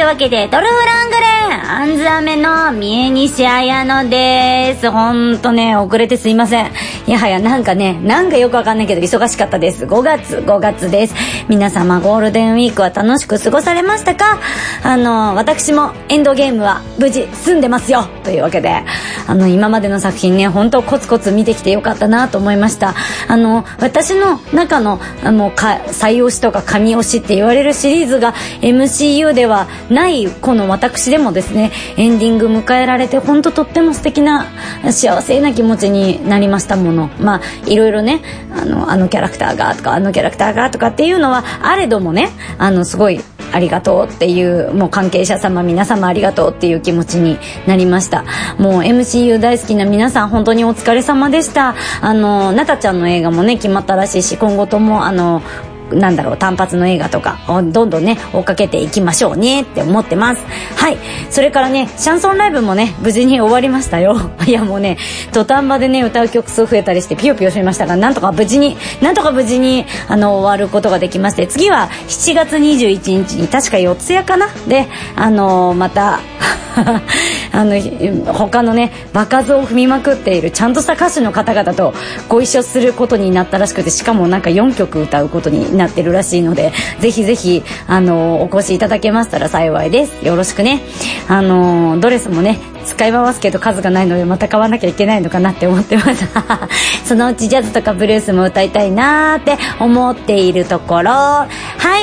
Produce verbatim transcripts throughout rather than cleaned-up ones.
いうわけで、ドルフラングレンアンズアメの三重西綾乃です。ほんとね、遅れてすいません。いやはやなんかね、なんかよくわかんないけど忙しかったです。ごがつ、ごがつです。皆様ゴールデンウィークは楽しく過ごされましたか？あの、私もエンドゲームは無事済んでますよというわけで、あの、今までの作品ね、ほんとコツコツ見てきてよかったなと思いました。あの、私の中の、あの、か、最推しとか神推しって言われるシリーズが エムシーユー ではないこの私でもですね、エンディング迎えられて本当とっても素敵な幸せな気持ちになりましたもの。まあいろいろね、あのあのキャラクターがとかあのキャラクターがとかっていうのはあれどもね、あのすごいありがとうっていう、もう関係者様皆様ありがとうっていう気持ちになりました。もう エムシーユー 大好きな皆さん本当にお疲れ様でした。あのなたちゃんの映画もね決まったらしいし、今後ともあのなんだろう単発の映画とかをどんどんね追っかけていきましょうねって思ってます。はい。それからねシャンソンライブもね無事に終わりましたよ。いやもうね土壇場でね歌う曲数増えたりしてピヨピヨしましたが、なんとか無事になんとか無事にあの終わることができまして、次はしちがつにじゅういちにちに確か四谷かなであのまたあの他のね場数を踏みまくっているちゃんとした歌手の方々とご一緒することになったらしくて、しかもなんかよんきょく歌うことになってるらしいので、ぜひぜひあのお越しいただけましたら幸いです。よろしくね。あのドレスもね使い回すけど数がないのでまた買わなきゃいけないのかなって思ってますそのうちジャズとかブルースも歌いたいなーって思っているところ。はい、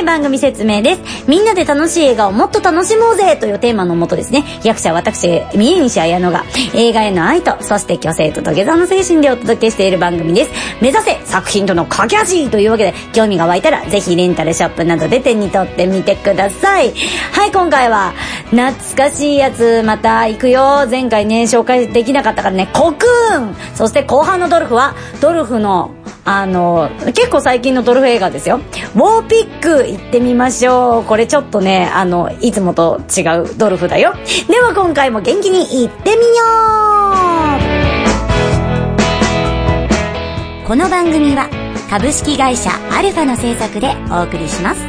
番組説明です。みんなで楽しい映画をもっと楽しもうぜというテーマのもとですね、役者私三重西綾乃が映画への愛とそして虚勢と土下座の精神でお届けしている番組です。目指せ作品との架け橋というわけで、興味が湧いたらぜひレンタルショップなどで手に取ってみてください。はい、今回は懐かしいやつまた行くよ。前回ね紹介できなかったからね、コクーン、そして後半のドルフはドルフのあの結構最近のドルフ映画ですよ、ウォーピック行ってみましょう。これちょっとねあのいつもと違うドルフだよ。では今回も元気に行ってみよう。この番組は株式会社アルファの制作でお送りします。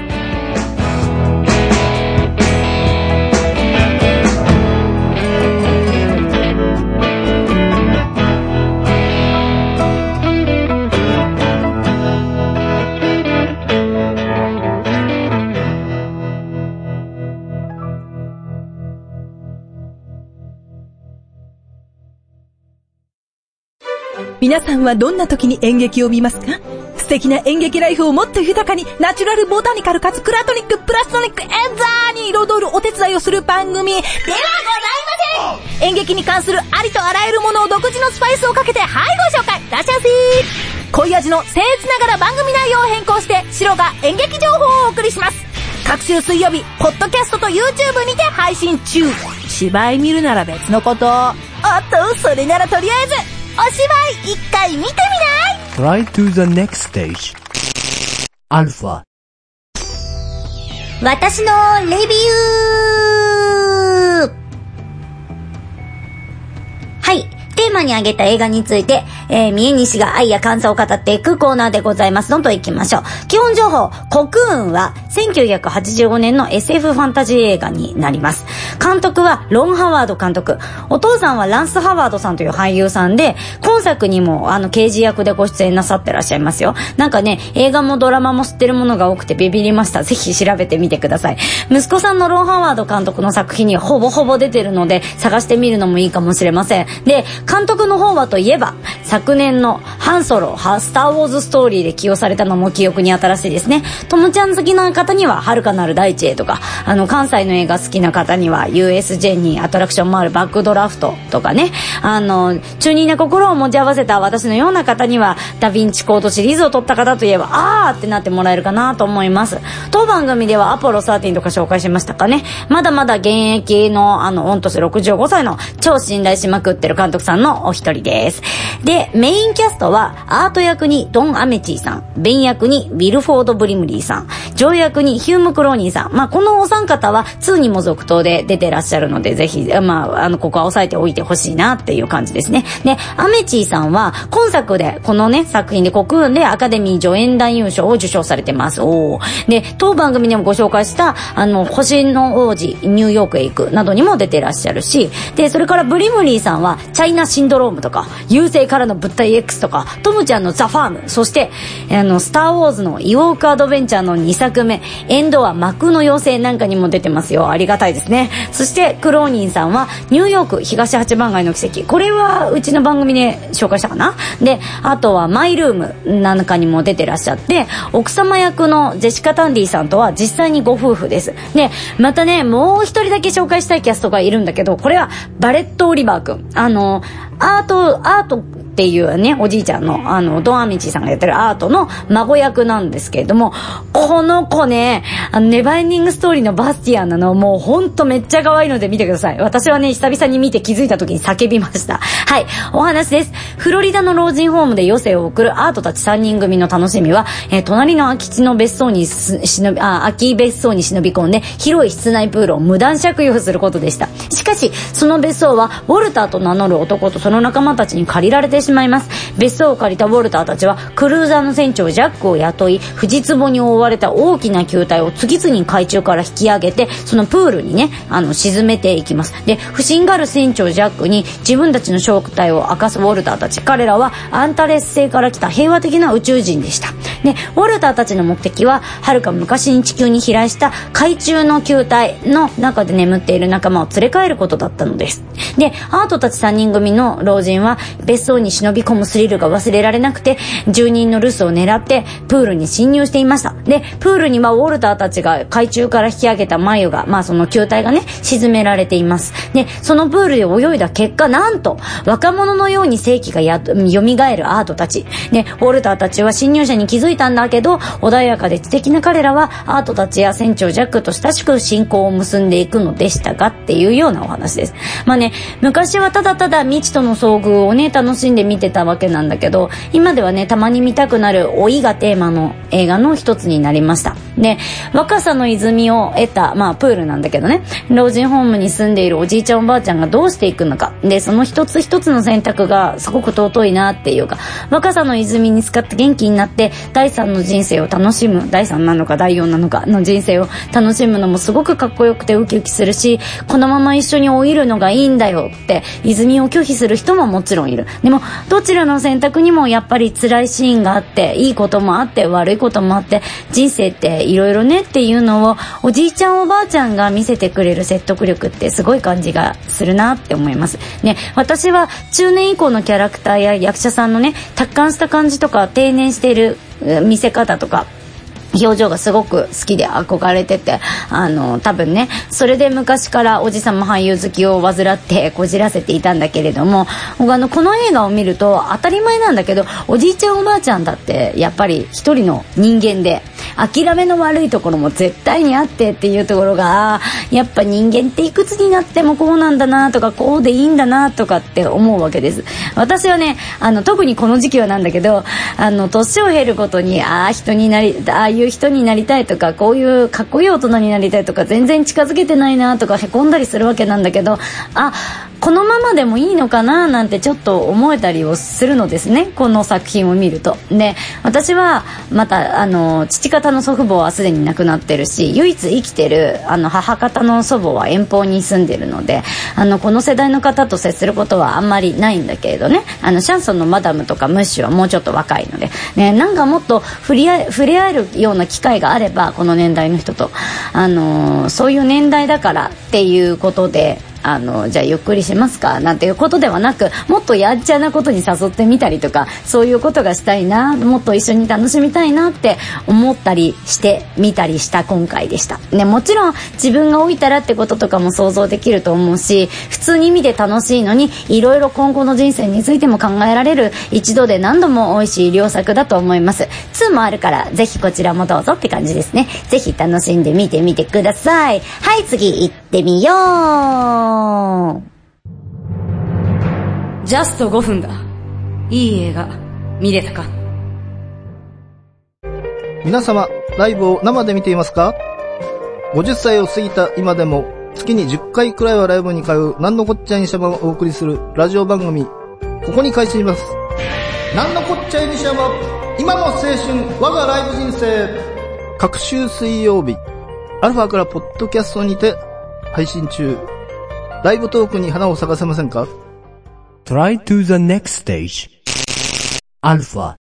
皆さんはどんな時に演劇を見ますか？素敵な演劇ライフをもっと豊かに、ナチュラルボタニカルかつクラトニックプラストニックエンザーに彩るお手伝いをする番組ではございません。演劇に関するありとあらゆるものを独自のスパイスをかけてはいご紹介いらっしゃいませ。濃い味の僭越ながら番組内容を変更して白が演劇情報をお送りします。各週水曜日ポッドキャストと YouTube にて配信中。芝居見るなら別のこと、おっとそれならとりあえずお芝居一回見てみない？ Try to the next stage. アルファ。 私のレビュー。はい。テーマに挙げた映画について、えー、三重西が愛や感想を語っていくコーナーでございます。どんどん行きましょう。基本情報、コクーンはせんきゅうひゃくはちじゅうごねんの エスエフ ファンタジー映画になります。監督はロン・ハワード監督。お父さんはランス・ハワードさんという俳優さんで、今作にもあの刑事役でご出演なさってらっしゃいますよ。なんかね、映画もドラマも知ってるものが多くてビビりました。ぜひ調べてみてください。息子さんのロン・ハワード監督の作品にはほぼほぼ出てるので、探してみるのもいいかもしれません。で、監督の方はといえば昨年のハンソロスターウォーズストーリーで起用されたのも記憶に新しいですね。ともちゃん好きな方には遥かなる大地へとか、あの関西の映画好きな方には ユーエスジェー にアトラクションもあるバックドラフトとかね、あの中二な心を持ち合わせた私のような方にはダヴィンチコードシリーズを撮った方といえばあーってなってもらえるかなと思います。当番組ではアポロじゅうさんとか紹介しましたかね。まだまだ現役のあの御年ろくじゅうごさいの超信頼しまくってる監督さんのお一人です。で、メインキャストはアート役にドン・アメチーさん、ベン役にウィルフォード・ブリムリーさん、 条約にヒューム・クローニーさん。まあ、このお三方はににも続投で出てらっしゃるので、ぜひ、まあ、あの、ここは押さえておいてほしいなっていう感じですね。で、アメチーさんは、今作で、このね、作品で国運でアカデミー助演男優賞を受賞されてます。おー。で、当番組でもご紹介した、あの、星の王子、ニューヨークへ行くなどにも出てらっしゃるし、で、それからブリムリーさんは、チャイナシンドロームとか、優勢からの物体 X とか、トムちゃんのザ・ファーム、そして、あの、スター・ウォーズのイウォーク・アドベンチャーのにさくめ、エンドア・魔空の妖精なんかにも出てますよ。ありがたいですね。そしてクローニンさんはニューヨーク東八番街の奇跡、これはうちの番組で紹介したかな。で、あとはマイルームなんかにも出てらっしゃって、奥様役のジェシカ・タンディさんとは実際にご夫婦です。で、またね、もう一人だけ紹介したいキャストがいるんだけど、これはバレット・オリバー君、あのアートアートっていうね、おじいちゃんの、あの、ドン・アミチーさんがやってるアートの孫役なんですけれども、この子ね、あの、ネバーエンディングストーリーのバスティアンなの、もうほんとめっちゃ可愛いので見てください。私はね、久々に見て気づいた時に叫びました。はい、お話です。フロリダの老人ホームで余生を送るアートたちさんにん組の楽しみは、えー、隣の空き地の別荘にす忍び、あ、空き別荘に忍び込んで、広い室内プールを無断借用することでした。しかし、その別荘は、ウォルターと名乗る男とその仲間たちに借りられてしまいます。別荘を借りたウォルターたちはクルーザーの船長ジャックを雇い、藤壺に覆われた大きな球体を次々に海中から引き上げて、そのプールにね、あの沈めていきます。で、不審がる船長ジャックに自分たちの正体を明かすウォルターたち。彼らはアンタレス星から来た平和的な宇宙人でした。で、ウォルターたちの目的は遥か昔に地球に飛来した海中の球体の中で眠っている仲間を連れ帰ることだったのです。で、アートたちさんにん組の老人は別荘に忍び込むスリルが忘れられなくて、住人の留守を狙ってプールに侵入していました。で、プールにはウォルターたちが海中から引き上げた繭が、まあその球体がね、沈められています。で、そのプールで泳いだ結果、なんと若者のように生気がや蘇るアートたち。で、ウォルターたちは侵入者に気づいたんだけど、穏やかで知的な彼らはアートたちや船長ジャックと親しく親交を結んでいくのでしたがっていうようなお話です。まあね、昔はただただ未知との遭遇をね、楽しんで見てたわけなんだけど、今ではね、たまに見たくなる老いがテーマの映画の一つになりました。で、若さの泉を得た、まあプールなんだけどね、老人ホームに住んでいるおじいちゃんおばあちゃんがどうしていくのか。で、その一つ一つの選択がすごく尊いなっていうか、若さの泉に使って元気になって第三の人生を楽しむ、第三なのか第四なのかの人生を楽しむのもすごくかっこよくてウキウキするし、このまま一緒に老いるのがいいんだよって泉を拒否する人ももちろんいる。でもどちらの選択にもやっぱり辛いシーンがあって、いいこともあって悪いこともあって、人生っていろいろねっていうのをおじいちゃんおばあちゃんが見せてくれる説得力ってすごい感じがするなって思いますね。私は中年以降のキャラクターや役者さんのね、達観した感じとか定年している見せ方とか表情がすごく好きで憧れてて、あの多分ね、それで昔からおじさま俳優好きを患ってこじらせていたんだけれども、あのこの映画を見ると当たり前なんだけど、おじいちゃんおばあちゃんだってやっぱり一人の人間で、諦めの悪いところも絶対にあってっていうところが、やっぱ人間っていくつになってもこうなんだなとか、こうでいいんだなとかって思うわけです。私はね、あの特にこの時期はなんだけど、あの年を経るごとに、ああ人になり、ああいう人になりたいとか、こういうかっこいい大人になりたいとか、全然近づけてないなとかへこんだりするわけなんだけど、あ、このままでもいいのかななんてちょっと思えたりをするのですね、この作品を見ると。で、私はまたあの父方の祖父母はすでに亡くなってるし、唯一生きてるあの母方の祖母は遠方に住んでるので、あのこの世代の方と接することはあんまりないんだけれどね、あのシャンソンのマダムとかムッシュはもうちょっと若いので、ね、なんかもっと触れ合え、触れ合えるような機会があれば、この年代の人と、あのそういう年代だからっていうことで、あのじゃあゆっくりしますかなんていうことではなく、もっとやっちゃなことに誘ってみたりとか、そういうことがしたいな、もっと一緒に楽しみたいなって思ったりしてみたりした今回でした、ね、もちろん自分が老いたらってこととかも想像できると思うし、普通に見て楽しいのに、いろいろ今後の人生についても考えられる、一度で何度も美味しい良作だと思います。ツーもあるからぜひこちらもどうぞって感じですね。ぜひ楽しんでみてみてください。はい、次行ってみよう。ジャストごふんだ。いい映画見れたか？ 皆様、ライブを生で見ていますか？ごじゅっさいを過ぎた今でも、月にじゅっかいくらいはライブに通う、なんのこっちゃいにしゃばをお送りするラジオ番組、ここに開始します。なんのこっちゃいにしゃば、今の青春、我がライブ人生。各週水曜日、アルファからポッドキャストにて配信中。ライブトークに花を咲かせませんか？ Try to the next stage. アルファ。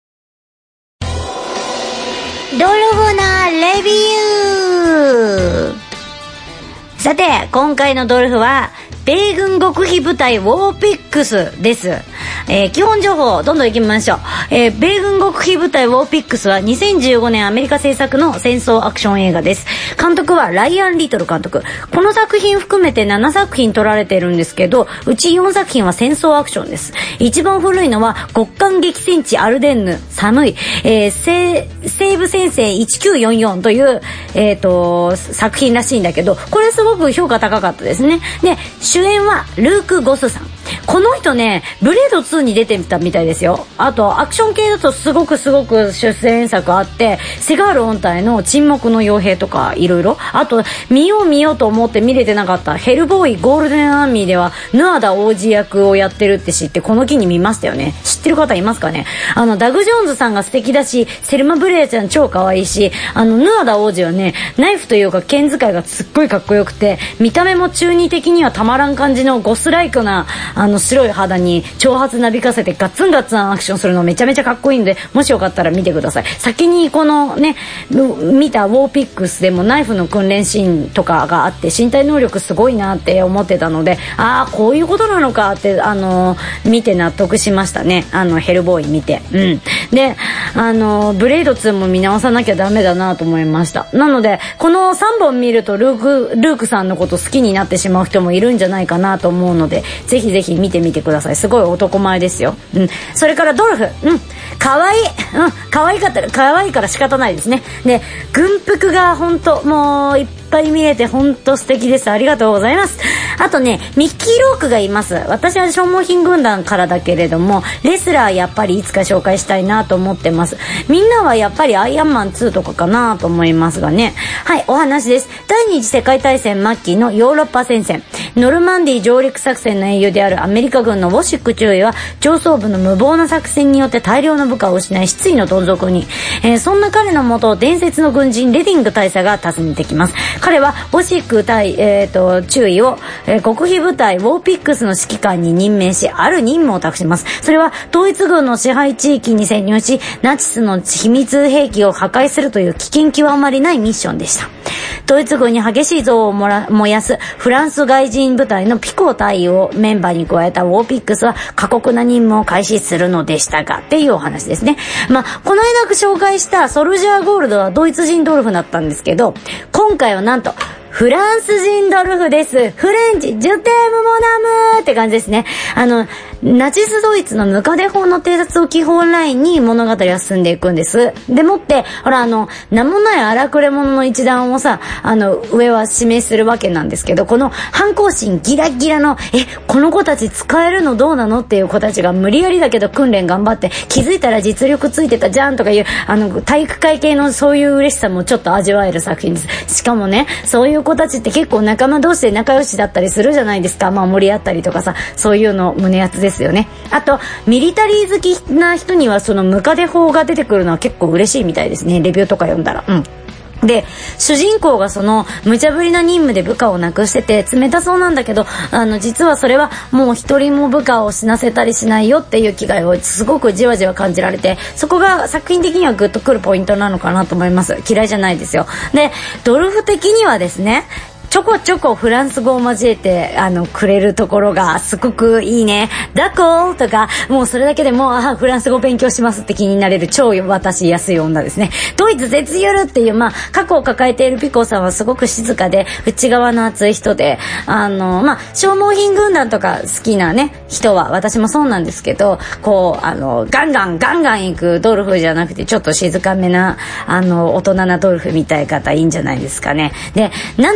ドルフなレビュー。さて、今回のドルフは米軍極秘部隊ウォーピックスです。えー、基本情報どんどんいきましょう。えー、米軍極秘部隊ウォーピックスはにせんじゅうごねんアメリカ制作の戦争アクション映画です。監督はライアン・リトル監督。この作品含めてななさく品撮られてるんですけど、うちよんさく品は戦争アクションです。一番古いのは極寒激戦地アルデンヌ寒い、えー、西西部戦線いちきゅうよんよんという、えー、と作品らしいんだけど、これすごく評価高かったですね。で、主演はルーク・ゴスさん。この人ね、ブレードツーに出てみたみたいですよ。あとアクション系だとすごくすごく出演作あって、セガール音体の沈黙の傭兵とかいろいろ、あと見よう見ようと思って見れてなかったヘルボーイゴールデンアーミーではヌアダ王子役をやってるって知って、この木に見ましたよね。知ってる方いますかね。あのダグ・ジョーンズさんが素敵だし、セルマ・ブレアちゃん超可愛いし、あのヌアダ王子はね、ナイフというか剣使いがすっごいかっこよくて、見た目も中二的にはたまらん感じのゴスライクなあの白い肌に長髪なびかせてガッツンガッツンアクションするのめちゃめちゃかっこいいんで、もしよかったら見てください。先にこのね見たウォーピックスでもナイフの訓練シーンとかがあって、身体能力すごいなって思ってたので、ああこういうことなのかってあの見て納得しましたね。あのヘルボーイ見て、うんであのブレードツーも見直さなきゃダメだなと思いました。なのでこのさんぼん見るとルークルークさんのこと好きになってしまう人もいるんじゃないかなと思うので、ぜひぜひ見てみてください。すごい男前ですよ。うん。それからドルフ、うん、可愛い、うん、可愛かったら可愛いから仕方ないですね。で、軍服が本当もういっぱい見れて本当素敵です。ありがとうございます。あとね、ミッキー・ロークがいます。私は消耗品軍団からだけれども、レスラーやっぱりいつか紹介したいなと思ってます。みんなはやっぱりアイアンマンツーとかかなと思いますがね。はい、お話です。第二次世界大戦末期のヨーロッパ戦線、ノルマンディー上陸作戦の英雄であるアメリカ軍のウォシック中尉は上層部の無謀な作戦によって大量の部下を失い失意のどん底に、えー、そんな彼のもとを伝説の軍人レディング大佐が訪ねてきます。彼はウォシック対、えー、と中尉を、えー、極秘部隊ウォーピックスの指揮官に任命し、ある任務を託します。それはドイツ軍の支配地域に潜入し、ナチスの秘密兵器を破壊するという危険極まりないミッションでした。ドイツ軍に激しい憎悪をもら燃やすフランス外人部隊のピコ隊をメンバーに加えたウォーピックスは過酷な任務を開始するのでしたがっていうお話ですね。まあ、この間紹介したソルジャーゴールドはドイツ人ドルフだったんですけど、今回はなんとフランス人ドルフです。フレンチ、ジュテームモナムって感じですね。あの、ナチスドイツのムカデ法の偵察を基本ラインに物語は進んでいくんです。でもって、ほらあの、名もない荒くれ者の一団をさ、あの、上は指名するわけなんですけど、この反抗心ギラギラの、え、この子たち使えるのどうなのっていう子たちが無理やりだけど訓練頑張って、気づいたら実力ついてたじゃんとかいう、あの、体育会系のそういう嬉しさもちょっと味わえる作品です。しかもね、そういう子たちって結構仲間同士で仲良しだったりするじゃないですか。まあ盛り合ったりとかさ、そういうの胸熱ですよね。あとミリタリー好きな人にはそのムカデ法が出てくるのは結構嬉しいみたいですね。レビューとか読んだら、うんで、主人公がその無茶ぶりな任務で部下を亡くしてて冷たそうなんだけど、あの実はそれはもう一人も部下を死なせたりしないよっていう気概をすごくじわじわ感じられて、そこが作品的にはグッとくるポイントなのかなと思います。嫌いじゃないですよ。で、ドルフ的にはですね、ちょこちょこフランス語を交えてあのくれるところがすごくいいね。ダコーとか、もうそれだけでもうあフランス語勉強しますって気になれる超私安い女ですね。ドイツ絶ゆるっていう、まあ過去を抱えているピコさんはすごく静かで内側の熱い人で、あのまあ消耗品軍団とか好きなね人は私もそうなんですけど、こうあのガンガンガンガン行くドルフじゃなくてちょっと静かめなあの大人なドルフみたい方いいんじゃないですかね。で、なんでドイツ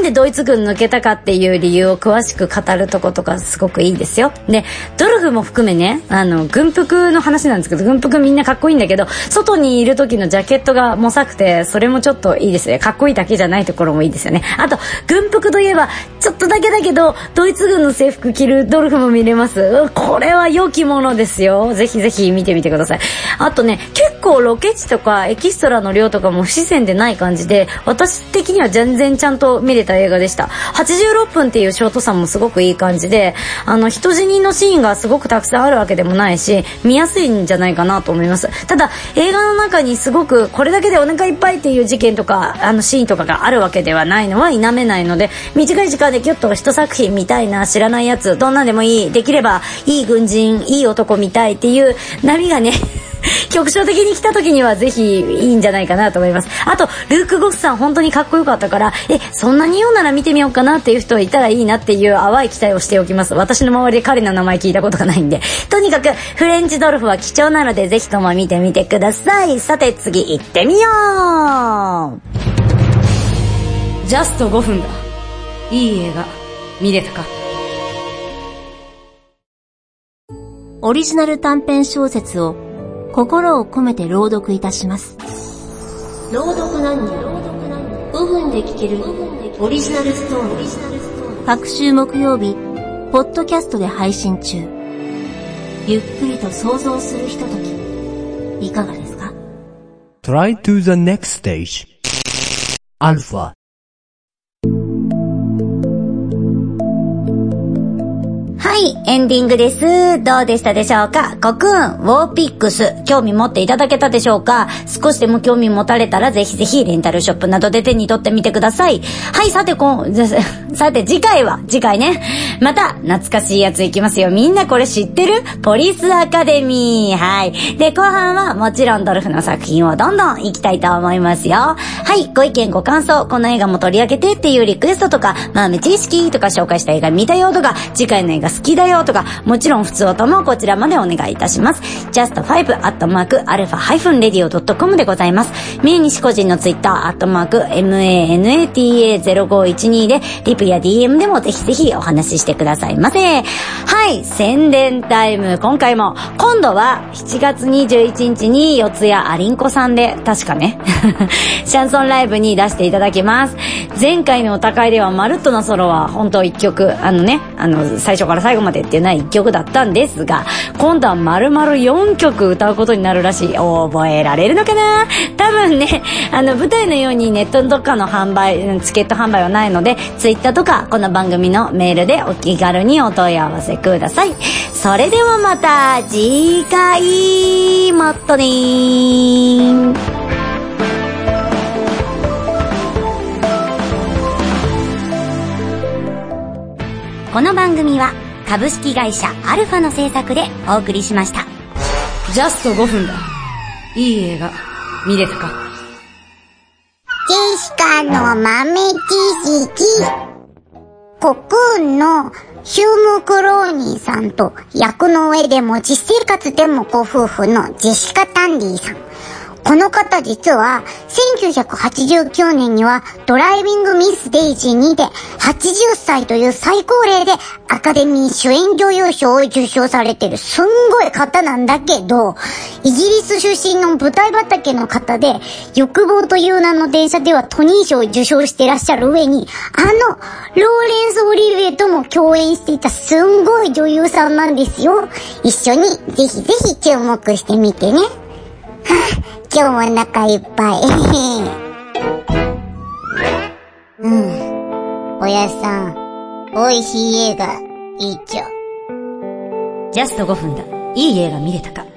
つ軍抜けたかっていう理由を詳しく語るとことかすごくいいですよ。で、ドルフも含めね、あの、軍服の話なんですけど、軍服みんなかっこいいんだけど、外にいる時のジャケットがもさくて、それもちょっといいですね。かっこいいだけじゃないところもいいですよね。あと、軍服といえば、ちょっとだけだけど、ドイツ軍の制服着るドルフも見れます。これは良きものですよ。ぜひぜひ見てみてください。あとね、結構ロケ地とかエキストラの量とかも不自然でない感じで、私的には全然ちゃんと見れた映画でした。はちじゅうろっぷんっていうショートさもすごくいい感じで、あの、人死にのシーンがすごくたくさんあるわけでもないし、見やすいんじゃないかなと思います。ただ、映画の中にすごくこれだけでお腹いっぱいっていう事件とか、あのシーンとかがあるわけではないのは否めないので、短い時間でキュッと一作品見たいな、知らないやつ、どんなんでもいい、できればいい軍人、いい男見たいっていう波がね、局所的に来た時にはぜひいいんじゃないかなと思います。あとルーク・ゴスさん本当にかっこよかったから、えそんなに言うなら見てみようかなっていう人いたらいいなっていう淡い期待をしておきます。私の周りで彼の名前聞いたことがないんで。とにかくフレンチドルフは貴重なので、ぜひとも見てみてください。さて次行ってみよう。ジャストごふんだ。いい映画見れたか。 オリジナル短編小説を心を込めて朗読いたします。朗読何人ごふんで聞けるオリジナルストーリー。各週木曜日、ポッドキャストで配信中。ゆっくりと想像するひととき、いかがですか？ Try to the next stage. Alpha. はい、エンディングです。どうでしたでしょうか？コクーン、ウォーピックス、興味持っていただけたでしょうか？少しでも興味持たれたら、ぜひぜひレンタルショップなどで手に取ってみてください。はい、さてこん、さて次回は、次回ね、また懐かしいやついきますよ。みんなこれ知ってる？ポリスアカデミー。はい。で、後半はもちろんドルフの作品をどんどん行きたいと思いますよ。はい、ご意見ご感想、この映画も取り上げてっていうリクエストとか、豆知識とか紹介した映画見たよとか、次回の映画好きだよとか、もちろん普通音もこちらまでお願いいたします。ジャストファイブ アットマーク アルファ レディオ ドットコム でございます。三重西個人のツイッター、アットマーク マナ ゼロごいちに で、リプや ディーエム でもぜひぜひお話ししてくださいませ。はい、宣伝タイム。今回も、今度はしちがつにじゅういちにちに四谷アリンコさんで、確かね、シャンソンライブに出していただきます。前回のお高いではまるっとなソロは本当一曲、あのね、あの、最初から最後までっていうない一曲だったんですが、今度は丸々よんきょく歌うことになるらしい。覚えられるのかな？多分ね、あの舞台のようにネットとかの販売、チケット販売はないので、ツイッターとかこの番組のメールでお気軽にお問い合わせください。それではまた次回、もっとねー。この番組は株式会社アルファの制作でお送りしました。ジャストごふんだ。いい映画見れたか？ ジェシカの豆知識。コクーンのヒューム・クローニーさんと役の上でも実生活でもご夫婦のジェシカ・タンディさん。この方実はせんきゅうひゃくはちじゅうきゅうねんにはドライビングミスデイジーにではちじゅっさいという最高齢でアカデミー主演女優賞を受賞されてるすんごい方なんだけど、イギリス出身の舞台畑の方で、欲望という名の電車ではトニー賞を受賞してらっしゃる上に、あのローレンス・オリヴィエとも共演していたすんごい女優さんなんですよ。一緒にぜひぜひ注目してみてね。はぁ、今日もお腹いっぱい。うん。おやさん、美味しい映画、いいっちょ。 ジャストごふんだ。いい映画見れたか？